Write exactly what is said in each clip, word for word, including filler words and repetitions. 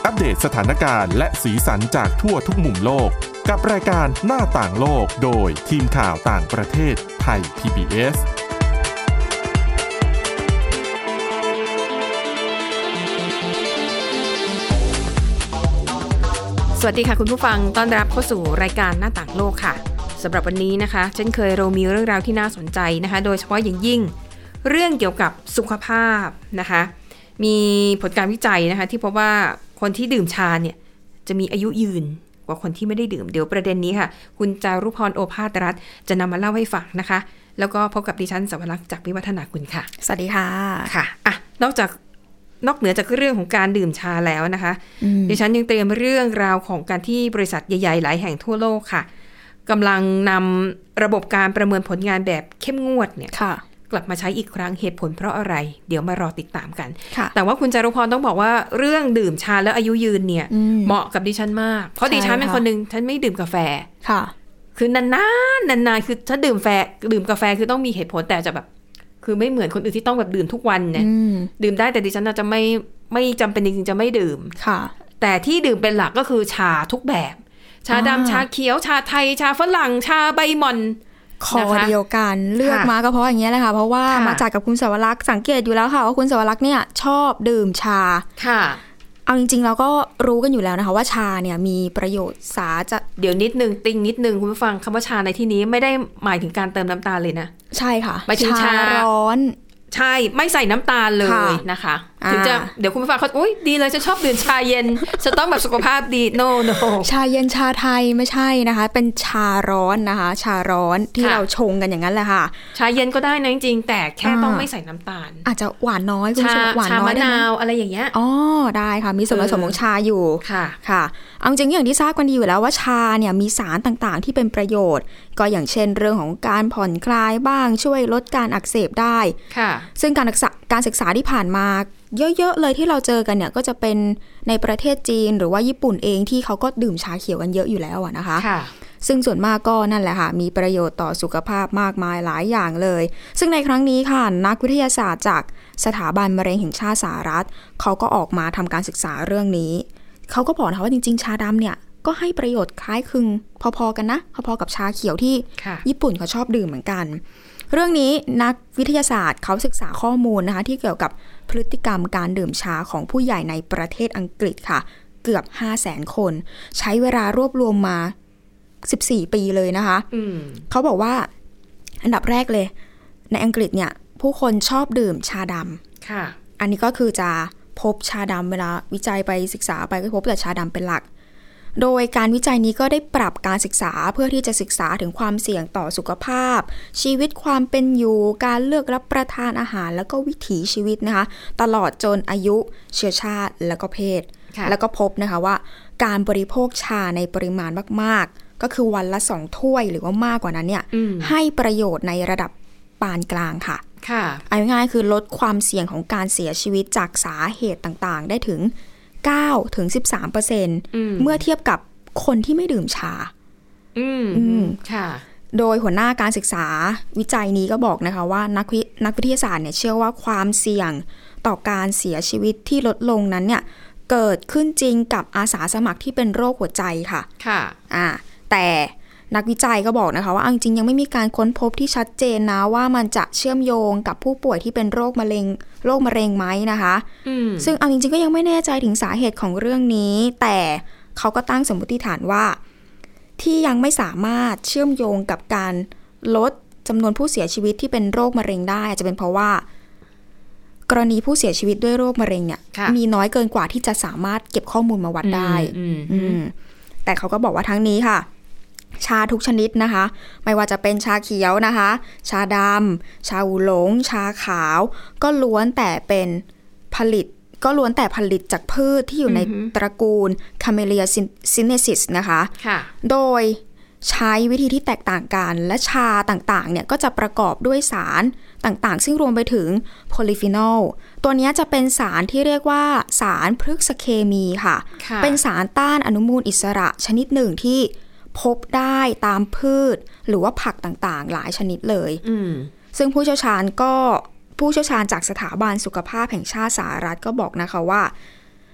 อัปเดตสถานการณ์และสีสันจากทั่วทุกมุมโลกกับรายการหน้าต่างโลกโดยทีมข่าวต่างประเทศไทย พี บี เอสสวัสดีค่ะคุณผู้ฟังต้อนรับเข้าสู่รายการหน้าต่างโลกค่ะสำหรับวันนี้นะคะเช่นเคยเรามีเรื่องราวที่น่าสนใจนะคะโดยเฉพาะอย่างยิ่งเรื่องเกี่ยวกับสุขภาพนะคะมีผลการวิจัยนะคะที่พบว่าคนที่ดื่มชาเนี่ยจะมีอายุยืนกว่าคนที่ไม่ได้ดื่มเดี๋ยวประเด็นนี้ค่ะคุณจารุพรโอภาสรัตน์จะนำมาเล่าให้ฟังนะคะแล้วก็พบกับดิฉันสวรักษ์จากวิวัฒนาคุณค่ะสวัสดีค่ะค่ะอ่ะนอกจากนอกเหนือจากเรื่องของการดื่มชาแล้วนะคะดิฉันยังเตรียมเรื่องราวของการที่บริษัทใหญ่ๆหลายแห่งทั่วโลกค่ะกำลังนำระบบการประเมินผลงานแบบเข้มงวดเนี่ยกลับมาใช้อีกครั้งเหตุผลเพราะอะไรเดี๋ยวมารอติดตามกันแต่ว่าคุณจารุพรต้องบอกว่าเรื่องดื่มชาแล้วอายุยืนเนี่ยเหมาะกับดิฉันมากเพราะดิฉันเป็นคนนึงฉันไม่ดื่มกาแฟค่ะคือนานๆนานๆคือถ้าดื่มแฟดื่มกาแฟคือต้องมีเหตุผลแต่จะแบบคือไม่เหมือนคนอื่นที่ต้องแบบดื่มทุกวันเนี่ยดื่มได้แต่ดิฉันจะไม่ไม่จำเป็นจริงๆจะไม่ดื่มค่ะแต่ที่ดื่มเป็นหลักก็คือชาทุกแบบชาดำชาเขียวชาไทยชาฝรั่งชาใบหม่อนคอเดียวกันเลือกมาก็เพราะอย่างเงี้ยแหละค่ะเพราะว่ามาจากกับคุณสวรักษ์สังเกตอยู่แล้วค่ะว่าคุณสวรักษ์เนี่ยชอบดื่มชาค่ะเอาจริงๆเราก็รู้กันอยู่แล้วนะคะว่าชาเนี่ยมีประโยชน์สาจะเดี๋ยวนิดนึงติงนิดนึงคุณผู้ฟังคำว่าชาในที่นี้ไม่ได้หมายถึงการเติมน้ำตาลเลยนะใช่ค่ะหมายถึงชาร้อนใช่ไม่ใส่น้ำตาลเลยนะคะถึงจะเดี๋ยวคุณผู้ฟังเขาอุ๊ยดีเลยจะชอบดื่มชาเย็นจะต้องแบบสุขภาพดี no no ชาเย็นชาไทยไม่ใช่นะคะเป็นชาร้อนนะคะชาร้อนที่เราชงกันอย่างนั้นแหละค่ะชาเย็นก็ได้นะจริงๆแต่แค่ต้องไม่ใส่น้ำตาลอาจจะหวานน้อยคุณชาหวานน้อยชามะนาวอะไรอย่างเงี้ยอ๋อได้ค่ะมีส่วนผสมของชาอยู่ค่ะค่ะเอาจริงอย่างที่ทราบกันดีอยู่แล้วว่าชาเนี่ยมีสารต่างๆที่เป็นประโยชน์ก็อย่างเช่นเรื่องของการผ่อนคลายบ้างช่วยลดการอักเสบได้ค่ะซึ่งการศึกษาการศึกษาที่ผ่านมาเยอะๆเลยที่เราเจอกันเนี่ยก็จะเป็นในประเทศจีนหรือว่าญี่ปุ่นเองที่เขาก็ดื่มชาเขียวกันเยอะอยู่แล้วนะคะค่ะซึ่งส่วนมากก็นั่นแหละค่ะมีประโยชน์ต่อสุขภาพมากมายหลายอย่างเลยซึ่งในครั้งนี้ค่ะนักวิทยาศาสตร์จากสถาบันมะเร็งแห่งชาติสหรัฐเขาก็ออกมาทำการศึกษาเรื่องนี้เขาก็บอกนะว่าจริงๆชาดำเนี่ยก็ให้ประโยชน์คล้ายคลึงพอๆกันนะพอๆกับชาเขียวที่ญี่ปุ่นเขาชอบดื่มเหมือนกันเรื่องนี้นักวิทยาศาสตร์เขาศึกษาข้อมูลนะคะที่เกี่ยวกับพฤติกรรมการดื่มชาของผู้ใหญ่ในประเทศอังกฤษค่ะเกือบ ห้าแสน คนใช้เวลารวบรวมมาสิบสี่ปีเลยนะคะเขาบอกว่าอันดับแรกเลยในอังกฤษเนี่ยผู้คนชอบดื่มชาดำค่ะอันนี้ก็คือจะพบชาดำเวลาวิจัยไปศึกษาไปก็พบแต่ชาดำเป็นหลักโดยการวิจัยนี้ก็ได้ปรับการศึกษาเพื่อที่จะศึกษาถึงความเสี่ยงต่อสุขภาพชีวิตความเป็นอยู่การเลือกรับประทานอาหารแล้วก็วิถีชีวิตนะคะตลอดจนอายุเชื้อชาติแล้วก็เพศแล้วก็พบนะคะว่าการบริโภคชาในปริมาณมากๆก็คือวันละสองถ้วยหรือว่ามากกว่านั้นเนี่ยให้ประโยชน์ในระดับปานกลางค่ะเอาง่ายๆคือลดความเสี่ยงของการเสียชีวิตจากสาเหตุต่างๆได้ถึงเก้าถึงสิบสามเปอร์เซ็นต์ เมื่อเทียบกับคนที่ไม่ดื่มชาอืมอืมค่ะโดยหัวหน้าการศึกษาวิจัยนี้ก็บอกนะคะว่านักวินักวิทยาศาสตร์เนี่ยเชื่อว่าความเสี่ยงต่อการเสียชีวิตที่ลดลงนั้นเนี่ยเกิดขึ้นจริงกับอาสาสมัครที่เป็นโรคหัวใจค่ะค่ะอ่าแต่นักวิจัยก็บอกนะคะว่าจริงๆยังไม่มีการค้นพบที่ชัดเจนนะว่ามันจะเชื่อมโยงกับผู้ป่วยที่เป็นโรคมะเร็งโรคมะเร็งไหมนะคะซึ่งเอาจริงๆก็ยังไม่แน่ใจถึงสาเหตุของเรื่องนี้แต่เขาก็ตั้งสมมติฐานว่าที่ยังไม่สามารถเชื่อมโยงกับการลดจำนวนผู้เสียชีวิตที่เป็นโรคมะเร็งได้อาจจะเป็นเพราะว่ากรณีผู้เสียชีวิตด้วยโรคมะเร็งเนี่ยมีน้อยเกินกว่าที่จะสามารถเก็บข้อมูลมาวัดได้แต่เขาก็บอกว่าทั้งนี้ค่ะชาทุกชนิดนะคะไม่ว่าจะเป็นชาเขียวนะคะชาดำชาอูหลงชาขาวก็ล้วนแต่เป็นผลิตก็ล้วนแต่ผลิตจากพืชที่อยู่ในตระกูล Camellia sinensis นะคะโดยใช้วิธีที่แตกต่างกันและชาต่างๆเนี่ยก็จะประกอบด้วยสารต่างๆซึ่งรวมไปถึงโพลีฟีนอลตัวนี้จะเป็นสารที่เรียกว่าสารพฤกษเคมีค่ะเป็นสารต้านอนุมูลอิสระชนิดหนึ่งที่พบได้ตามพืชหรือว่าผักต่างๆหลายชนิดเลยซึ่งผู้เชี่ยวชาญก็ผู้เชี่ยวชาญจากสถาบันสุขภาพแห่งชาติสหรัฐก็บอกนะคะว่า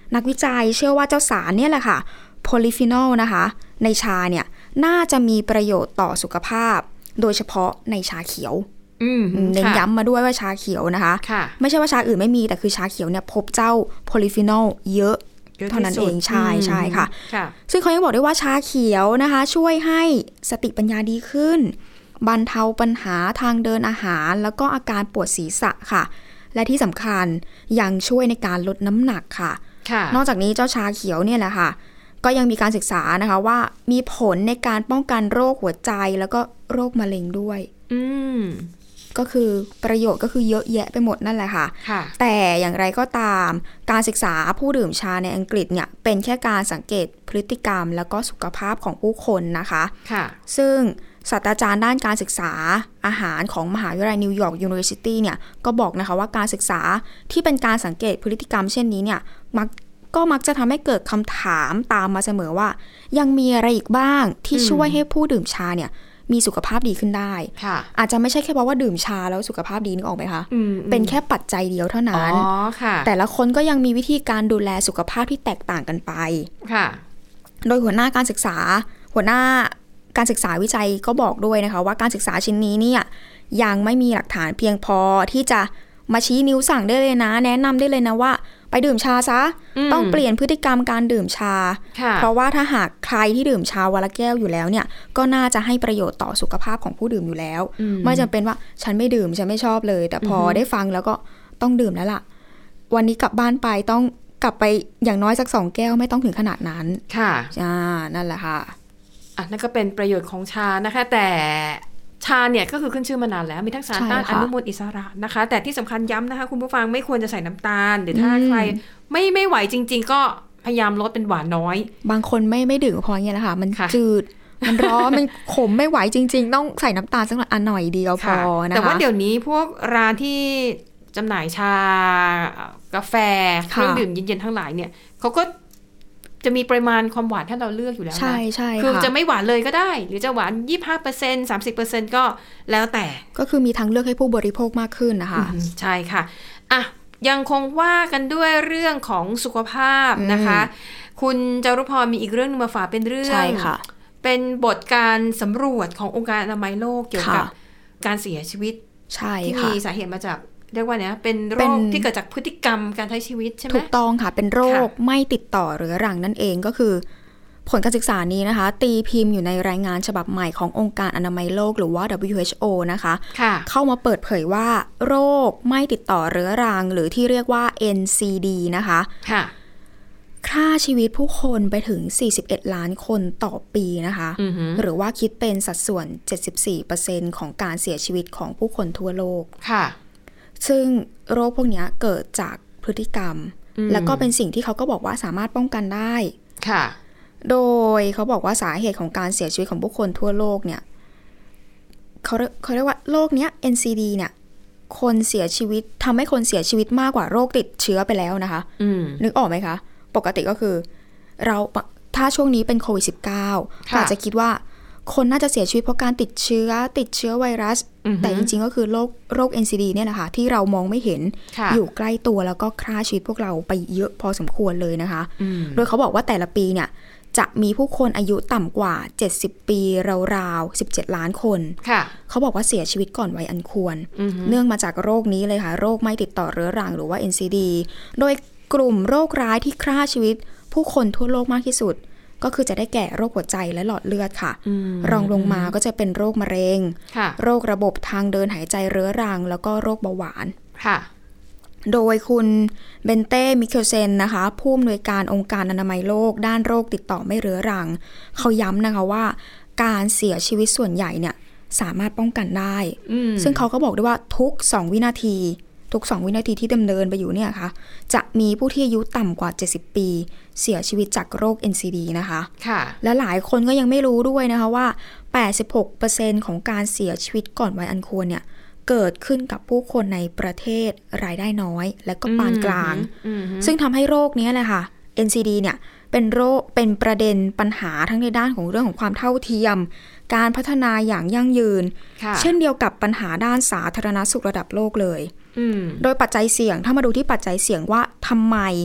นักวิจัยเชื่อว่าเจ้าสารเนี่ยแหละค่ะโพลีฟีนอลนะคะในชาเนี่ยน่าจะมีประโยชน์ต่อสุขภาพโดยเฉพาะในชาเขียวเน้นย้ำมาด้วยว่าชาเขียวนะคะไม่ใช่ว่าชาอื่นไม่มีแต่คือชาเขียวเนี่ยพบเจ้าโพลีฟีนอลเยอะเท่านั้นเองใช่ใช่ค่ะซึ่งเขายังบอกด้วยว่าชาเขียวนะคะช่วยให้สติปัญญาดีขึ้นบรรเทาปัญหาทางเดินอาหารแล้วก็อาการปวดศีรษะค่ะและที่สำคัญยังช่วยในการลดน้ำหนักค่ะนอกจากนี้เจ้าชาเขียวเนี่ยแหละค่ะก็ยังมีการศึกษานะคะว่ามีผลในการป้องกันโรคหัวใจแล้วก็โรคมะเร็งด้วยอืมก็คือประโยชน์ก็คือเยอะแยะไปหมดนั่นแหละค่ะแต่อย่างไรก็ตามการศึกษาผู้ดื่มชาในอังกฤษเนี่ยเป็นแค่การสังเกตพฤติกรรมแล้วก็สุขภาพของผู้คนนะคะซึ่งศาสตราจารย์ด้านการศึกษาอาหารของมหาวิทยาลัยนิวยอร์กยูนิเวอร์ซิตี้เนี่ยก็บอกนะคะว่าการศึกษาที่เป็นการสังเกตพฤติกรรมเช่นนี้เนี่ยมักก็มักจะทำให้เกิดคำถามตามมาเสมอว่ายังมีอะไรอีกบ้างที่ช่วยให้ผู้ดื่มชาเนี่ยมีสุขภาพดีขึ้นได้อาจจะไม่ใช่แค่เพราะว่าดื่มชาแล้วสุขภาพดีนึกออกไหมคะเป็นแค่ปัจจัยเดียวเท่านั้นแต่ละคนก็ยังมีวิธีการดูแลสุขภาพที่แตกต่างกันไปโดยหัวหน้าการศึกษาหัวหน้าการศึกษาวิจัยก็บอกด้วยนะคะว่าการศึกษาชิ้นนี้เนี่ยยังไม่มีหลักฐานเพียงพอที่จะมาชี้นิ้วสั่งได้เลยนะแนะนำได้เลยนะว่าไปดื่มชาซะต้องเปลี่ยนพฤติกรรมการดื่มชาเพราะว่าถ้าหากใครที่ดื่มชาวันละแก้วอยู่แล้วเนี่ยก็น่าจะให้ประโยชน์ต่อสุขภาพของผู้ดื่มอยู่แล้วไม่จำเป็นว่าฉันไม่ดื่มฉันไม่ชอบเลยแต่พอได้ฟังแล้วก็ต้องดื่มแล้วล่ะวันนี้กลับบ้านไปต้องกลับไปอย่างน้อยสักสองแก้วไม่ต้องถึงขนาดนั้นค่ะอ่านั่นแหละค่ะอ่ะนั่นก็เป็นประโยชน์ของชานะคะแต่ชาเนี่ยก็คือขึ้นชื่อมานานแล้วมีทั้งสารต้านอนุมูลอิสระนะคะแต่ที่สำคัญย้ำนะคะคุณผู้ฟังไม่ควรจะใส่น้ำตาลหรือถ้าใครไม่ไม่ไหวจริงๆก็พยายามลดเป็นหวานน้อยบางคนไม่ไม่ดื่มพออย่างเงี้ยแหละค่ะมันจืดมันร้อนมันขมไม่ไหวจริงๆต้องใส่น้ำตาลสักหน่อยเดียวพอนะคะแต่ว่าเดี๋ยวนี้พวกร้านที่จำหน่ายชากาแฟเครื่องดื่มเย็นๆทั้งหลายเนี่ยเขาก็จะมีปริมาณความหวานที่เราเลือกอยู่แล้วนะใช่ใช่คือจะไม่หวานเลยก็ได้หรือจะหวาน ยี่สิบห้าเปอร์เซ็นต์ สามสิบเปอร์เซ็นต์ ก็แล้วแต่ก็คือมีทางเลือกให้ผู้บริโภคมากขึ้นนะคะใช่ค่ะอ่ะยังคงว่ากันด้วยเรื่องของสุขภาพนะคะคุณจารุพรมีอีกเรื่องนึงมาฝากเป็นเรื่องใช่ค่ะเป็นบทการสำรวจขององค์การอนามัยโลกเกี่ยวกับการเสียชีวิตที่มีสาเหตุมาจากเรียกว่าเนี่ยเป็นโรคที่เกิดจากพฤติกรรมการใช้ชีวิตใช่ไหมถูกต้องค่ะเป็นโรคไม่ติดต่อเรื้อรังนั่นเองก็คือผลการศึกษานี้นะคะตีพิมพ์อยู่ในรายงานฉบับใหม่ขององค์การอนามัยโลกหรือว่า ดับเบิลยู เอช โอ นะคะเข้ามาเปิดเผยว่าโรคไม่ติดต่อเรื้อรังหรือที่เรียกว่า เอ็น ซี ดี นะคะฆ่าชีวิตผู้คนไปถึงสี่สิบเอ็ดล้านคนต่อปีนะคะหรือว่าคิดเป็นสัดส่วน เจ็ดสิบสี่เปอร์เซ็นต์ ของการเสียชีวิตของผู้คนทั่วโลกค่ะซึ่งโรคพวกนี้เกิดจากพฤติกรรมแล้วก็เป็นสิ่งที่เขาก็บอกว่าสามารถป้องกันได้ค่ะโดยเขาบอกว่าสาเหตุของการเสียชีวิตของผู้คนทั่วโลกเนี่ยเขาเขาเรียกว่าโรคเนี้ย เอ็น ซี ดี เนี่ยคนเสียชีวิตทำให้คนเสียชีวิตมากกว่าโรคติดเชื้อไปแล้วนะคะนึกออกไหมคะปกติก็คือเราถ้าช่วงนี้เป็นโควิด สิบเก้า อาจจะคิดว่าคนน่าจะเสียชีวิตเพราะการติดเชื้อติดเชื้อไวรัสแต่จริงๆก็คือโรคโรค เอ็น ซี ดี เนี่ยแหละค่ะที่เรามองไม่เห็นอยู่ใกล้ตัวแล้วก็ฆ่าชีวิตพวกเราไปเยอะพอสมควรเลยนะคะโดยเขาบอกว่าแต่ละปีเนี่ยจะมีผู้คนอายุต่ำกว่าเจ็ดสิบปีราวๆสิบเจ็ดล้านคนเขาบอกว่าเสียชีวิตก่อนวัยอันควรเนื่องมาจากโรคนี้เลยค่ะโรคไม่ติดต่อเรื้อรังหรือว่า เอ็น ซี ดี โดยกลุ่มโรคร้ายที่ฆ่าชีวิตผู้คนทั่วโลกมากที่สุดก็คือจะได้แก่โรคหัวใจและหลอดเลือดค่ะรองลงมาก็จะเป็นโรคมะเร็งโรคระบบทางเดินหายใจเรื้อรังแล้วก็โรคเบาหวานค่ะโดยคุณเบนเต้มิเคลเซนนะคะผู้อำนวยการองค์การอนามัยโลกด้านโรคติดต่อไม่เรื้อรังเขาย้ำนะคะว่าการเสียชีวิตส่วนใหญ่เนี่ยสามารถป้องกันได้ซึ่งเขาก็บอกด้วยว่าทุกสองวินาทีทุกสองวินาทีที่ดำเนินไปอยู่เนี่ยค่ะจะมีผู้ที่อายุต่ำกว่าเจ็ดสิบปีเสียชีวิตจากโรค เอ็น ซี ดี นะคะค่ะและหลายคนก็ยังไม่รู้ด้วยนะคะว่า แปดสิบหกเปอร์เซ็นต์ ของการเสียชีวิตก่อนวัยอันควรเนี่ยเกิดขึ้นกับผู้คนในประเทศรายได้น้อยและก็ปานกลางซึ่งทำให้โรคนี้แหละค่ะ เอ็น ซี ดี เนี่ยเป็นโรคเป็นประเด็นปัญหาทั้งในด้านของเรื่องของความเท่าเทียมการพัฒนาอย่างยั่งยืนเช่นเดียวกับปัญหาด้านสาธารณสุขระดับโลกเลยโดยปัจจัยเสี่ยงถ้ามาดูที่ปัจจัยเสี่ยงว่าทำไม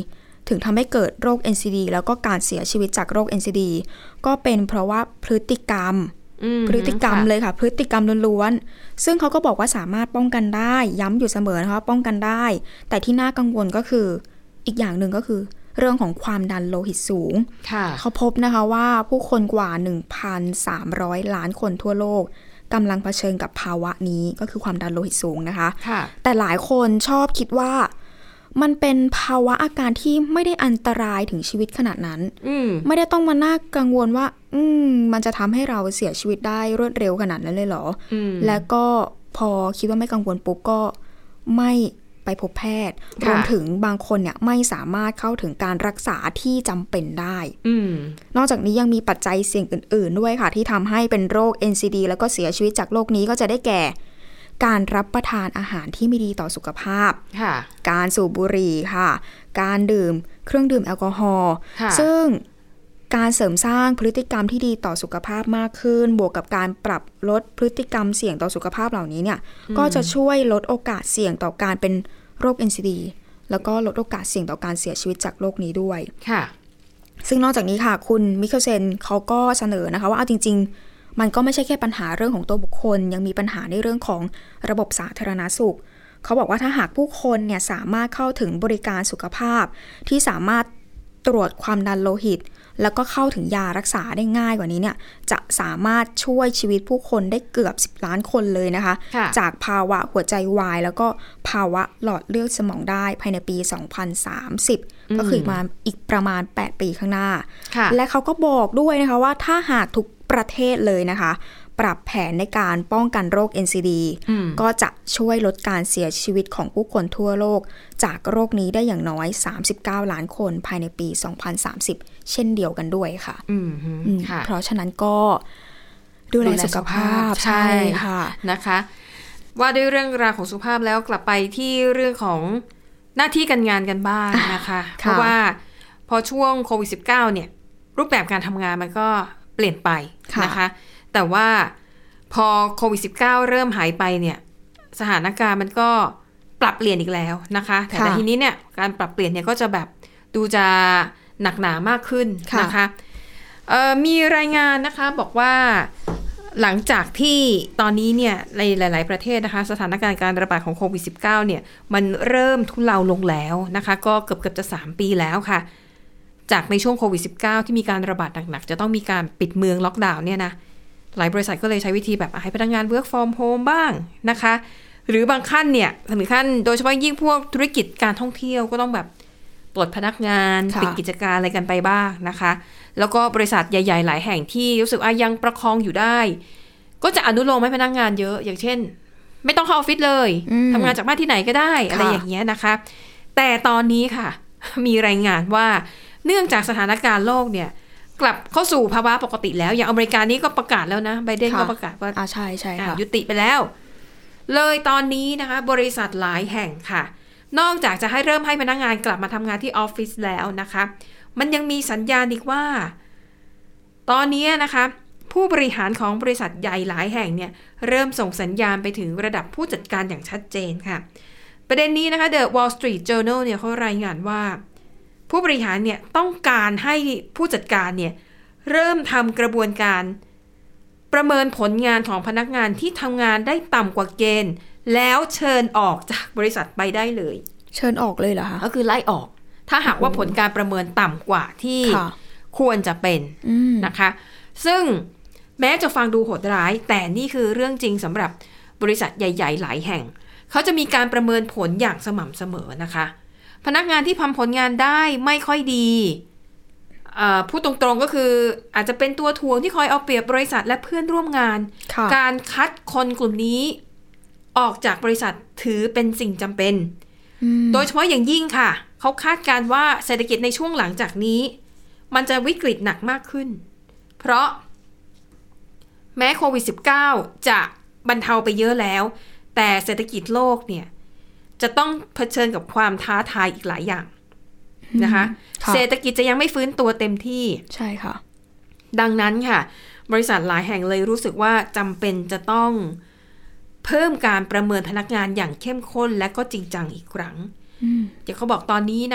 ถึงทำให้เกิดโรค เอ็น ซี ดี แล้วก็การเสียชีวิตจากโรค เอ็น ซี ดี ก็เป็นเพราะว่าพฤติกรรมพฤติกรรมเลยค่ะพฤติกรรมล้วนๆซึ่งเขาก็บอกว่าสามารถป้องกันได้ย้ำอยู่เสมอนะคะป้องกันได้แต่ที่น่ากังวลก็คืออีกอย่างหนึ่งก็คือเรื่องของความดันโลหิตสูงเขาพบนะคะว่าผู้คนกว่า หนึ่งพันสามร้อย ล้านคนทั่วโลกกำลังเผชิญกับภาวะนี้ก็คือความดันโลหิตสูงนะคะแต่หลายคนชอบคิดว่ามันเป็นภาวะอาการที่ไม่ได้อันตรายถึงชีวิตขนาดนั้นไม่ได้ต้องมาน่ากังวลว่าอืมมันจะทำให้เราเสียชีวิตได้รวดเร็วขนาดนั้นเลยเหรอแล้วก็พอคิดว่าไม่กังวลปุ๊บก็ไม่ไปพบแพทย์รวมถึงบางคนเนี่ยไม่สามารถเข้าถึงการรักษาที่จำเป็นได้นอกจากนี้ยังมีปัจจัยเสี่ยงอื่นๆด้วยค่ะที่ทำให้เป็นโรค เอ็น ซี ดี แล้วก็เสียชีวิตจากโรคนี้ก็จะได้แก่การรับประทานอาหารที่ไม่ดีต่อสุขภาพการสูบบุหรี่ค่ะการดื่มเครื่องดื่มแอลกอฮอล์ซึ่งการเสริมสร้างพฤติกรรมที่ดีต่อสุขภาพมากขึ้นบวกกับการปรับลดพฤติกรรมเสี่ยงต่อสุขภาพเหล่านี้เนี่ยก็จะช่วยลดโอกาสเสี่ยงต่อการเป็นโรค เอ็น ซี ดี แล้วก็ลดโอกาสเสี่ยงต่อการเสียชีวิตจากโรคนี้ด้วยค่ะซึ่งนอกจากนี้ค่ะคุณมิเคลเซนเขาก็เสนอนะคะว่าเอาจริงๆมันก็ไม่ใช่แค่ปัญหาเรื่องของตัวบุคคลยังมีปัญหาในเรื่องของระบบสาธารณสุขเขาบอกว่าถ้าหากผู้คนเนี่ยสามารถเข้าถึงบริการสุขภาพที่สามารถตรวจความดันโลหิตแล้วก็เข้าถึงยารักษาได้ง่ายกว่านี้เนี่ยจะสามารถช่วยชีวิตผู้คนได้เกือบสิบล้านคนเลยนะคะจากภาวะหัวใจวายแล้วก็ภาวะหลอดเลือดสมองได้ภายในปีสองพันสามสิบก็คือมาอีกประมาณแปดปีข้างหน้าและเขาก็บอกด้วยนะคะว่าถ้าหากทุกประเทศเลยนะคะปรับแผนในการป้องกันโรค เอ็น ซี ดี ก็จะช่วยลดการเสียชีวิตของผู้คนทั่วโลกจากโรคนี้ได้อย่างน้อยสามสิบเก้าล้านคนภายในปีสองพันสามสิบเช่นเดียวกันด้วยค่ะเพราะฉะนั้นก็ดูแลสุขภาพใช่ค่ะนะคะว่าด้วยเรื่องราวของสุขภาพแล้วกลับไปที่เรื่องของหน้าที่การงานกันบ้างนะคะเพราะว่าพอช่วงโควิด สิบเก้า เนี่ยรูปแบบการทำงานมันก็เปลี่ยนไปนะคะแต่ว่าพอโควิด สิบเก้า เริ่มหายไปเนี่ยสถานการณ์มันก็ปรับเปลี่ยนอีกแล้วนะคะแต่ทีนี้เนี่ยการปรับเปลี่ยนเนี่ยก็จะแบบดูจะหนักหนามากขึ้นนะคะมีรายงานนะคะบอกว่าหลังจากที่ตอนนี้เนี่ยในหลายๆประเทศนะคะสถานการณ์การระบาดของโควิด สิบเก้า เนี่ยมันเริ่มทุเลาลงแล้วนะคะก็เกือบเกือบจะสามปีแล้วค่ะจากในช่วงโควิด สิบเก้า ที่มีการระบาดหนักๆจะต้องมีการปิดเมืองล็อกดาวน์เนี่ยนะหลายบริษัทก็เลยใช้วิธีแบบให้พนักงาน work from home บ้างนะคะหรือบางขั้นเนี่ยถึงขั้นโดยเฉพาะยิ่งพวกธุรกิจการท่องเที่ยวก็ต้องแบบปลดพนักงานปิดกิจการอะไรกันไปบ้างนะคะแล้วก็บริษัทใหญ่ๆหลายแห่งที่รู้สึกว่ายังประคองอยู่ได้ก็จะอนุโลมให้พนักงานเยอะอย่างเช่นไม่ต้องเข้าออฟฟิศเลยทำงานจากบ้านที่ไหนก็ได้อะไรอย่างเงี้ยนะคะแต่ตอนนี้ค่ะมีรายงานว่าเนื่องจากสถานการณ์โลกเนี่ยกลับเข้าสู่ภาวะปกติแล้วอย่างอเมริกานี่ก็ประกาศแล้วนะไบเดนก็ประกาศว่าอ่าใช่ใช่ค่ะยุติไปแล้วเลยตอนนี้นะคะบริษัทหลายแห่งค่ะนอกจากจะให้เริ่มให้พนักงานกลับมาทำงานที่ออฟฟิศแล้วนะคะมันยังมีสัญญาณอีกว่าตอนนี้นะคะผู้บริหารของบริษัทใหญ่หลายแห่งเนี่ยเริ่มส่งสัญญาณไปถึงระดับผู้จัดการอย่างชัดเจนค่ะประเด็นนี้นะคะ The Wall Street Journal เนี่ยเขารายงานว่าผู้บริหารเนี่ยต้องการให้ผู้จัดการเนี่ยเริ่มทำกระบวนการประเมินผลงานของพนักงานที่ทำงานได้ต่ำกว่าเกณฑ์แล้วเชิญออกจากบริษัทไปได้เลยเชิญออกเลยเหรอคะก็คือไล่ออกถ้าหากว่าผลการประเมินต่ำกว่าที่ควรจะเป็นนะคะซึ่งแม้จะฟังดูโหดร้ายแต่นี่คือเรื่องจริงสำหรับบริษัทใหญ่ๆหลายแห่งเขาจะมีการประเมินผลอย่างสม่ำเสมอนะคะพนักงานที่ทำผลงานได้ไม่ค่อยดีพูดตรงๆก็คืออาจจะเป็นตัวถ่วงที่คอยเอาเปรียบบริษัทและเพื่อนร่วมงานการคัดคนกลุ่มนี้ออกจากบริษัทถือเป็นสิ่งจำเป็นโดยเฉพาะอย่างยิ่งค่ะเขาคาดการณ์ว่าเศรษฐกิจในช่วงหลังจากนี้มันจะวิกฤตหนักมากขึ้นเพราะแม้โควิด สิบเก้า จะบรรเทาไปเยอะแล้วแต่เศรษฐกิจโลกเนี่ยจะต้องเผชิญกับความท้าทายอีกหลายอย่างนะคะเศรษฐกิจจะยังไม่ฟื้นตัวเต็มที่ใช่ค่ะดังนั้นค่ะบริษัทหลายแห่งเลยรู้สึกว่าจำเป็นจะต้องเพิ่มการประเมินพนักงานอย่างเข้มข้นและก็จริงจังอีกครั้งเดี๋ยวเขาบอกตอนนี้นะคะ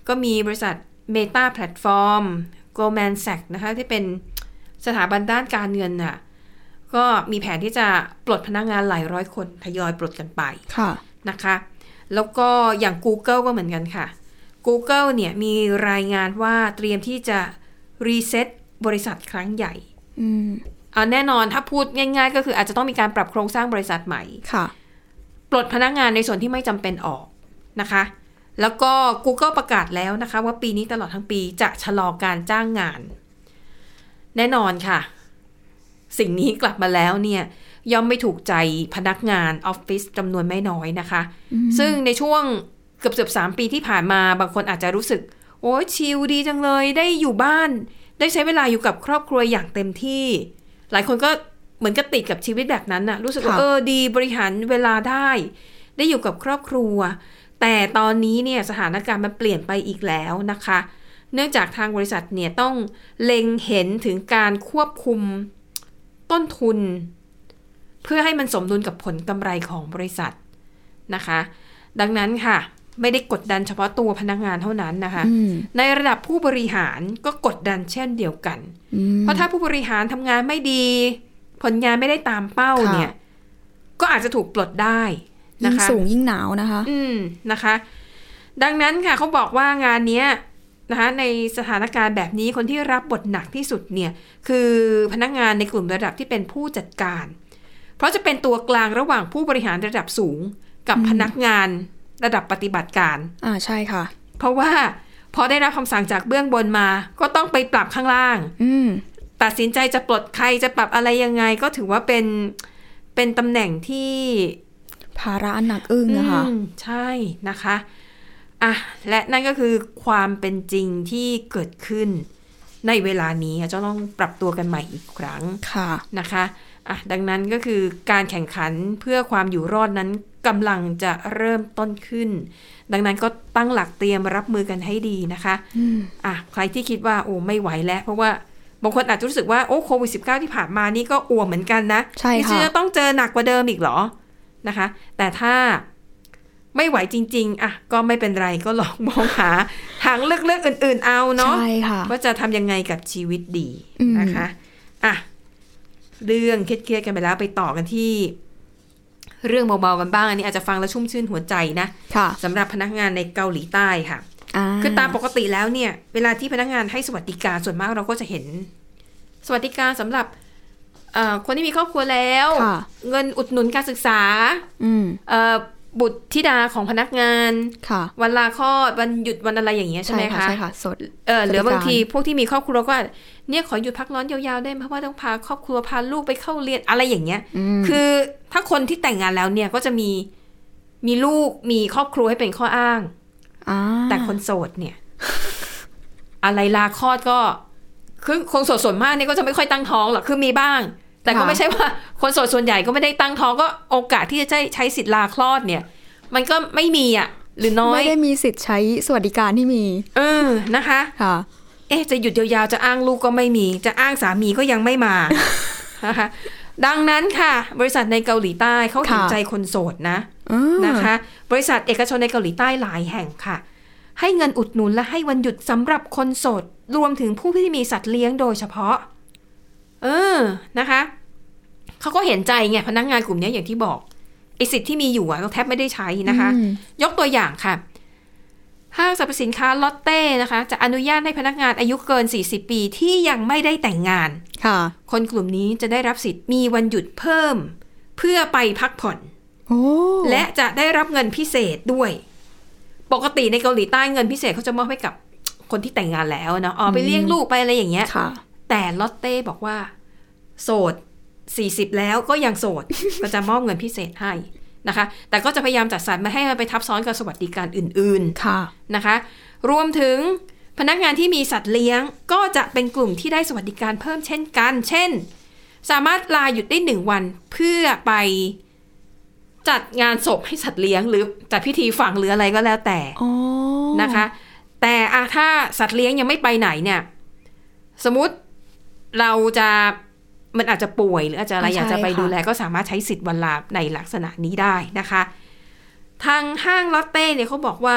ก็มีบริษัท Meta Platform Goldman Sachs นะคะที่เป็นสถาบันด้านการเงินน่ะก็มีแผนที่จะปลดพนักงานหลายร้อยคนทยอยปลดกันไปนะคะแล้วก็อย่าง Google ก็เหมือนกันค่ะ Google เนี่ยมีรายงานว่าเตรียมที่จะรีเซ็ตบริษัทครั้งใหญ่อืมอ่าแน่นอนถ้าพูดง่ายๆก็คืออาจจะต้องมีการปรับโครงสร้างบริษัทใหม่ค่ะปลดพนักงานในส่วนที่ไม่จำเป็นออกนะคะแล้วก็ Google ประกาศแล้วนะคะว่าปีนี้ตลอดทั้งปีจะชะลอการจ้างงานแน่นอนค่ะสิ่งนี้กลับมาแล้วเนี่ยย่อมไม่ถูกใจพนักงานออฟฟิศจำนวนไม่น้อยนะคะซึ่งในช่วงเกือบเกือบสามปีที่ผ่านมาบางคนอาจจะรู้สึกโอ้ยชิลดีจังเลยได้อยู่บ้านได้ใช้เวลาอยู่กับครอบครัวอย่างเต็มที่หลายคนก็เหมือนกับติดกับชีวิตแบบนั้นน่ะรู้สึกว่าเออดีบริหารเวลาได้ได้อยู่กับครอบครัวแต่ตอนนี้เนี่ยสถานการณ์มันเปลี่ยนไปอีกแล้วนะคะเนื่องจากทางบริษัทเนี่ยต้องเล็งเห็นถึงการควบคุมต้นทุนเพื่อให้มันสมดุลกับผลกำไรของบริษัทนะคะดังนั้นค่ะไม่ได้กดดันเฉพาะตัวพนักงานเท่านั้นนะคะในระดับผู้บริหารก็กดดันเช่นเดียวกันเพราะถ้าผู้บริหารทำงานไม่ดีผลงานไม่ได้ตามเป้าเนี่ยก็อาจจะถูกปลดได้นะคะยิ่งสูงยิ่งหนาวนะคะอืมนะคะดังนั้นค่ะเขาบอกว่างานนี้นะคะในสถานการณ์แบบนี้คนที่รับบทหนักที่สุดเนี่ยคือพนักงานในกลุ่มระดับที่เป็นผู้จัดการเพราะจะเป็นตัวกลางระหว่างผู้บริหารระดับสูงกับพนักงานระดับปฏิบัติการอ่าใช่ค่ะเพราะว่าพอได้รับคำสั่งจากเบื้องบนมาก็ต้องไปปรับข้างล่างตัดสินใจจะปลดใครจะปรับอะไรยังไงก็ถือว่าเป็นเป็นตำแหน่งที่ภาระหนักอึ้งนะคะใช่นะคะอ่ะและนั่นก็คือความเป็นจริงที่เกิดขึ้นในเวลานี้จะต้องปรับตัวกันใหม่อีกครั้งค่ะนะคะอ่ะดังนั้นก็คือการแข่งขันเพื่อความอยู่รอดนั้นกำลังจะเริ่มต้นขึ้นดังนั้นก็ตั้งหลักเตรียมรับมือกันให้ดีนะคะอ่ะใครที่คิดว่าโอ้ไม่ไหวแล้วเพราะว่าบางคนอาจจะรู้สึกว่าโอ้โควิด สิบเก้า ที่ผ่านมานี่ก็อ่วมเหมือนกันนะใช่ค่ะจะต้องเจอหนักกว่าเดิมอีกเหรอนะคะแต่ถ้าไม่ไหวจริงๆอ่ะก็ไม่เป็นไรก็ลองมองหาทางเลือกๆอื่นๆเอาเนาะว่าจะทำยังไงกับชีวิตดีนะคะอ่ะเรื่องเครียดๆกันไปแล้วไปต่อกันที่เรื่องเบาๆกันบ้างอันนี้อาจจะฟังแล้วชุ่มชื่นหัวใจนะสำหรับพนักงานในเกาหลีใต้ค่ะคือตามปกติแล้วเนี่ยเวลาที่พนักงานให้สวัสดิการส่วนมากเราก็จะเห็นสวัสดิการสำหรับคนที่มีครอบครัวแล้วเงินอุดหนุนการศึกษาบุตรธิดาของพนักงานวันลาคลอดวันหยุดวันอะไรอย่างเงี้ยใช่ไหมคะใช่ค่ะสดเออหรือบางทีพวกที่มีครอบครัวก็เนี่ยขอหยุดพักร้อนยาวๆได้เพราะว่าต้องพาครอบครัวพาลูกไปเข้าเรียนอะไรอย่างเงี้ยคือถ้าคนที่แต่งงานแล้วเนี่ยก็จะมีมีลูกมีครอบครัวให้เป็นข้ออ้างแต่คนโสดเนี่ยอะไรลาคลอดก็คือคนโสดส่วนมากเนี่ยก็จะไม่ค่อยตั้งท้องหรอกคือมีบ้างแต่ก็ไม่ใช่ว่าคนโสดส่วนใหญ่ก็ไม่ได้ตั้งท้องก็โอกาสที่จะใช้สิทธิ์ลาคลอดเนี่ยมันก็ไม่มีอ่ะหรือน้อยไม่ได้มีสิทธิ์ใช้สวัสดิการที่มีเออนะคะค่ะเอ๊ะจะหยุดยาวๆจะอ้างลูกก็ไม่มีจะอ้างสามีก็ยังไม่มานะคะดังนั้นค่ะบริษัทในเกาหลีใต้เขาเห็นใจคนโสดนะนะคะบริษัทเอกชนในเกาหลีใต้หลายแห่งค่ะให้เงินอุดหนุนและให้วันหยุดสำหรับคนโสดรวมถึงผู้ที่มีสัตว์เลี้ยงโดยเฉพาะเออนะคะเขาก็เห็นใจไงพนักงานกลุ่มนี้อย่างที่บอกไอ้สิทธิ์ที่มีอยู่อะเราแทบไม่ได้ใช้นะคะยกตัวอย่างค่ะห้างสรรพสินค้าลอตเต้นะคะจะอนุญาตให้พนักงานอายุเกินสี่สิบปีที่ยังไม่ได้แต่งงานค่ะคนกลุ่มนี้จะได้รับสิทธิ์มีวันหยุดเพิ่มเพื่อไปพักผ่อนและจะได้รับเงินพิเศษด้วยปกติในเกาหลีใต้เงินพิเศษเขาจะมอบให้กับคนที่แต่งงานแล้วเนาะอ๋อไปเลี้ยงลูกไปอะไรอย่างเงี้ยแต่ลอตเต้บอกว่าโสดสี่สิบแล้วก็ยังโสด ก็จะมอบเงินพิเศษให้นะคะแต่ก็จะพยายามจัดสรรไม่ให้มันไปทับซ้อนกับสวัสดิการอื่นๆนะคะรวมถึงพนักงานที่มีสัตว์เลี้ยงก็จะเป็นกลุ่มที่ได้สวัสดิการเพิ่มเช่นกันเช่นสามารถลาหยุดได้หนึ่งวันเพื่อไปจัดงานศพให้สัตว์เลี้ยงหรือจัดพิธีฝังหรืออะไรก็แล้วแต่นะคะแต่ถ้าสัตว์เลี้ยงยังไม่ไปไหนเนี่ยสมมุติเราจะมันอาจจะป่วยหรืออาจจะอะไรอยากจะไปดูแลก็สามารถใช้สิทธิ์วันลาในลักษณะนี้ได้นะคะทางห้างลอตเต้เนี่ยเขาบอกว่า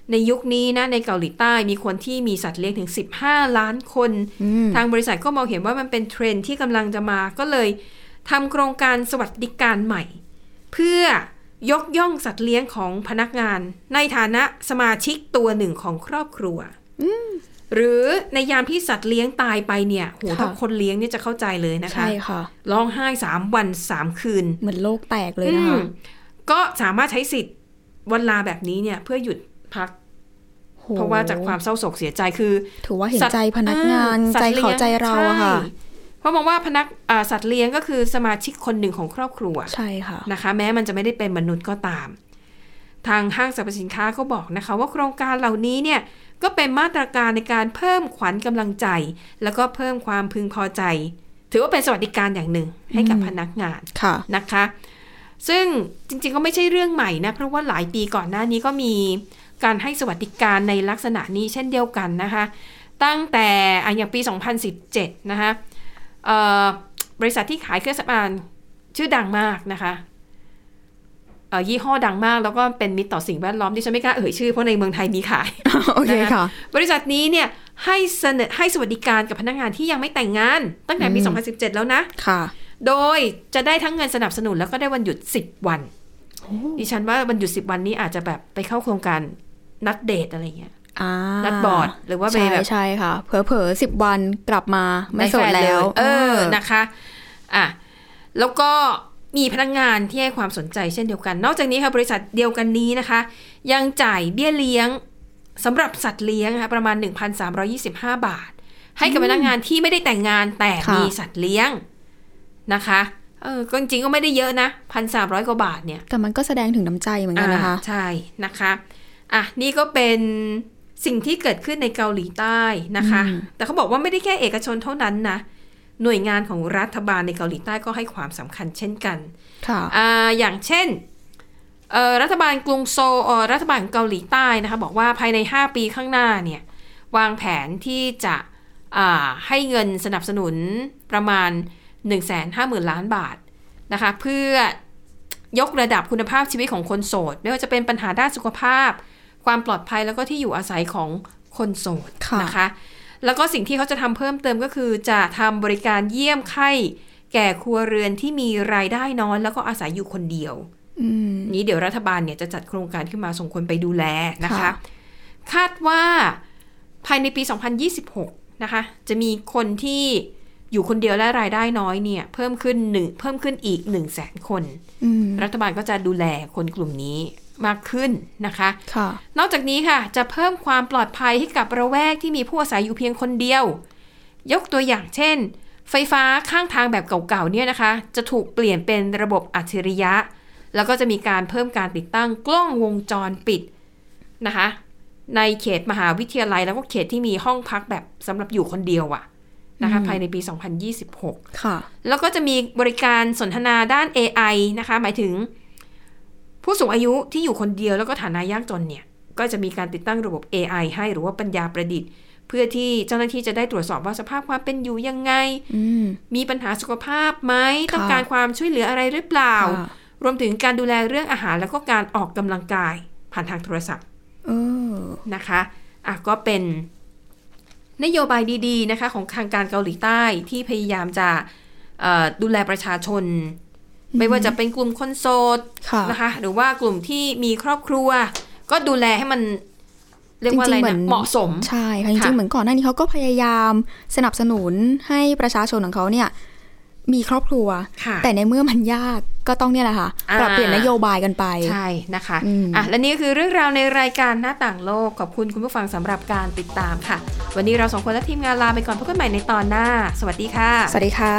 ในยุคนี้นะในเกาหลีใต้มีคนที่มีสัตว์เลี้ยงถึงสิบห้าล้านคนทางบริษัทก็มองเห็นว่ามันเป็นเทรนด์ที่กำลังจะมาก็เลยทำโครงการสวัสดิการใหม่เพื่อยกย่องสัตว์เลี้ยงของพนักงานในฐานะสมาชิกตัวหนึ่งของครอบครัวหรือในยามที่สัตว์เลี้ยงตายไปเนี่ยโหถ้าคนเลี้ยงเนี่ยจะเข้าใจเลยนะคะใช่ค่ะร้องไห้สามวันสามคืนเหมือนโลกแตกเลยนะคะก็สามารถใช้สิทธิ์วันลาแบบนี้เนี่ยเพื่อหยุดพักเพราะว่าจากความเศร้าโศกเสียใจคือถือว่าเห็นใจพนักงานใจเขาใจเราอะค่ะเพราะมองว่าพนักสัตว์เลี้ยงก็คือสมาชิกคนหนึ่งของครอบครัวใช่ค่ะนะคะแม้มันจะไม่ได้เป็นมนุษย์ก็ตามทางห้างสรรพสินค้าก็บอกนะคะว่าโครงการเหล่านี้เนี่ยก็เป็นมาตรการในการเพิ่มขวัญกำลังใจแล้วก็เพิ่มความพึงพอใจถือว่าเป็นสวัสดิการอย่างหนึ่งให้กับพนักงานนะคะซึ่งจริงๆก็ไม่ใช่เรื่องใหม่นะเพราะว่าหลายปีก่อนหน้านี้ก็มีการให้สวัสดิการในลักษณะนี้เช่นเดียวกันนะคะตั้งแต่อย่างปีสองพันสิบเจ็ดนะคะบริษัทที่ขายเครื่องสำอางชื่อดังมากนะคะยี่ห้อดังมากแล้วก็เป็นมิตรต่อสิ่งแวดล้อมที่ฉันไม่กล้าเอ่ยชื่อเพราะในเมืองไทยมีขายโอเคค่ะบริษัทนี้เนี่ยให้เสนอให้สวัสดิการกับพนักงานที่ยังไม่แต่งงานตั้งแต่ปีสองพันสิบเจ็ดแล้วนะค่ะโดยจะได้ทั้งเงินสนับสนุนแล้วก็ได้วันหยุดสิบวันดิฉันว่าวันหยุดสิบวันนี้อาจจะแบบไปเข้าโครงการนัดเดทอะไรเงี้ยนัดบอร์ดหรือว่าไปแบบใช่ค่ะเผลอๆสิบวันกลับมาไม่โสดแล้วเออนะคะอ่ะแล้วก็มีพนักงานที่ให้ความสนใจเช่นเดียวกันนอกจากนี้ค่ะบริษัทเดียวกันนี้นะคะยังจ่ายเบี้ยเลี้ยงสำหรับสัตว์เลี้ยงนะคะประมาณ หนึ่งพันสามร้อยยี่สิบห้า บาทให้กับพนักงานที่ไม่ได้แต่งงานแต่มีสัตว์เลี้ยงนะคะเออจริงๆก็ไม่ได้เยอะนะ หนึ่งพันสามร้อย กว่าบาทเนี่ยแต่มันก็แสดงถึงน้ำใจเหมือนกันนะคะใช่นะคะอ่ะนี่ก็เป็นสิ่งที่เกิดขึ้นในเกาหลีใต้นะคะแต่เขาบอกว่าไม่ได้แค่เอกชนเท่านั้นนะหน่วยงานของรัฐบาลในเกาหลีใต้ก็ให้ความสำคัญเช่นกันค่ะอ่าอย่างเช่นรัฐบาลกรุงโซลรัฐบาลเกาหลีใต้นะคะบอกว่าภายในห้าปีข้างหน้าเนี่ยวางแผนที่จะให้เงินสนับสนุนประมาณ หนึ่งแสนห้าหมื่น ล้านบาทนะคะเพื่อยกระดับคุณภาพชีวิตของคนโสดไม่ว่าจะเป็นปัญหาด้านสุขภาพความปลอดภัยแล้วก็ที่อยู่อาศัยของคนโสดนะคะแล้วก็สิ่งที่เขาจะทำเพิ่มเติมก็คือจะทำบริการเยี่ยมไข้แก่ครัวเรือนที่มีรายได้น้อยแล้วก็อาศัยอยู่คนเดียวนี้เดี๋ยวรัฐบาลเนี่ยจะจัดโครงการขึ้นมาส่งคนไปดูแลนะคะคาดว่าภายในปีสองพันยี่สิบหกนะคะจะมีคนที่อยู่คนเดียวและรายได้น้อยเนี่ยเพิ่มขึ้นหนึ่งเพิ่มขึ้นอีก หนึ่งแสน คนรัฐบาลก็จะดูแลคนกลุ่มนี้มากขึ้นนะคะนอกจากนี้ค่ะจะเพิ่มความปลอดภัยให้กับระแวกที่มีผู้อาศัยอยู่เพียงคนเดียวยกตัวอย่างเช่นไฟฟ้าข้างทางแบบเก่าๆเนี่ยนะคะจะถูกเปลี่ยนเป็นระบบอัจฉริยะแล้วก็จะมีการเพิ่มการติดตั้งกล้องวงจรปิดนะคะในเขตมหาวิทยาลัยแล้วก็เขตที่มีห้องพักแบบสำหรับอยู่คนเดียวอะนะคะภายในปีสองพันยี่สิบหกค่ะแล้วก็จะมีบริการสนทนาด้าน เอ ไอ นะคะหมายถึงผู้สูงอายุที่อยู่คนเดียวแล้วก็ฐานะยากจนเนี่ยก็จะมีการติดตั้งระบบ เอ ไอ ให้หรือว่าปัญญาประดิษฐ์เพื่อที่เจ้าหน้าที่จะได้ตรวจสอบว่าสภาพความเป็นอยู่ยังไงมมีปัญหาสุขภาพไหมต้องการความช่วยเหลืออะไรหรือเปล่ารวมถึงการดูแลเรื่องอาหารแล้วก็การออกกำลังกายผ่านทางโทรศัพท์นะคะอ่ะก็เป็นนโยบายดีๆนะคะของทางการเกาหลีใต้ที่พยายามจะดูแลประชาชนไม่ว่าจะเป็นกลุ่มคนโสดนะคะหรือว่ากลุ่มที่มีครอบครัวก็ดูแลให้มันเรียกว่าอะไรนะเหมาะสมใช่ค่ะจริงๆเหมือนก่อนหน้านี้เขาก็พยายามสนับสนุนให้ประชาชนของเขาเนี่ยมีครอบครัวแต่ในเมื่อมันยากก็ต้องเนี่ยแหละค่ะปรับเปลี่ยนนโยบายกันไปใช่นะคะอ่ะและนี่คือเรื่องราวในรายการหน้าต่างโลกขอบคุณคุณผู้ฟังสำหรับการติดตามค่ะวันนี้เราสองคนและทีมงานลาไปก่อนพบกันใหม่ในตอนหน้าสวัสดีค่ะสวัสดีค่ะ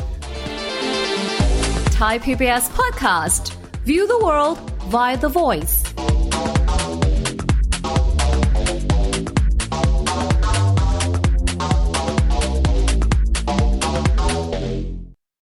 Thai พี บี เอส Podcast View the world via the voice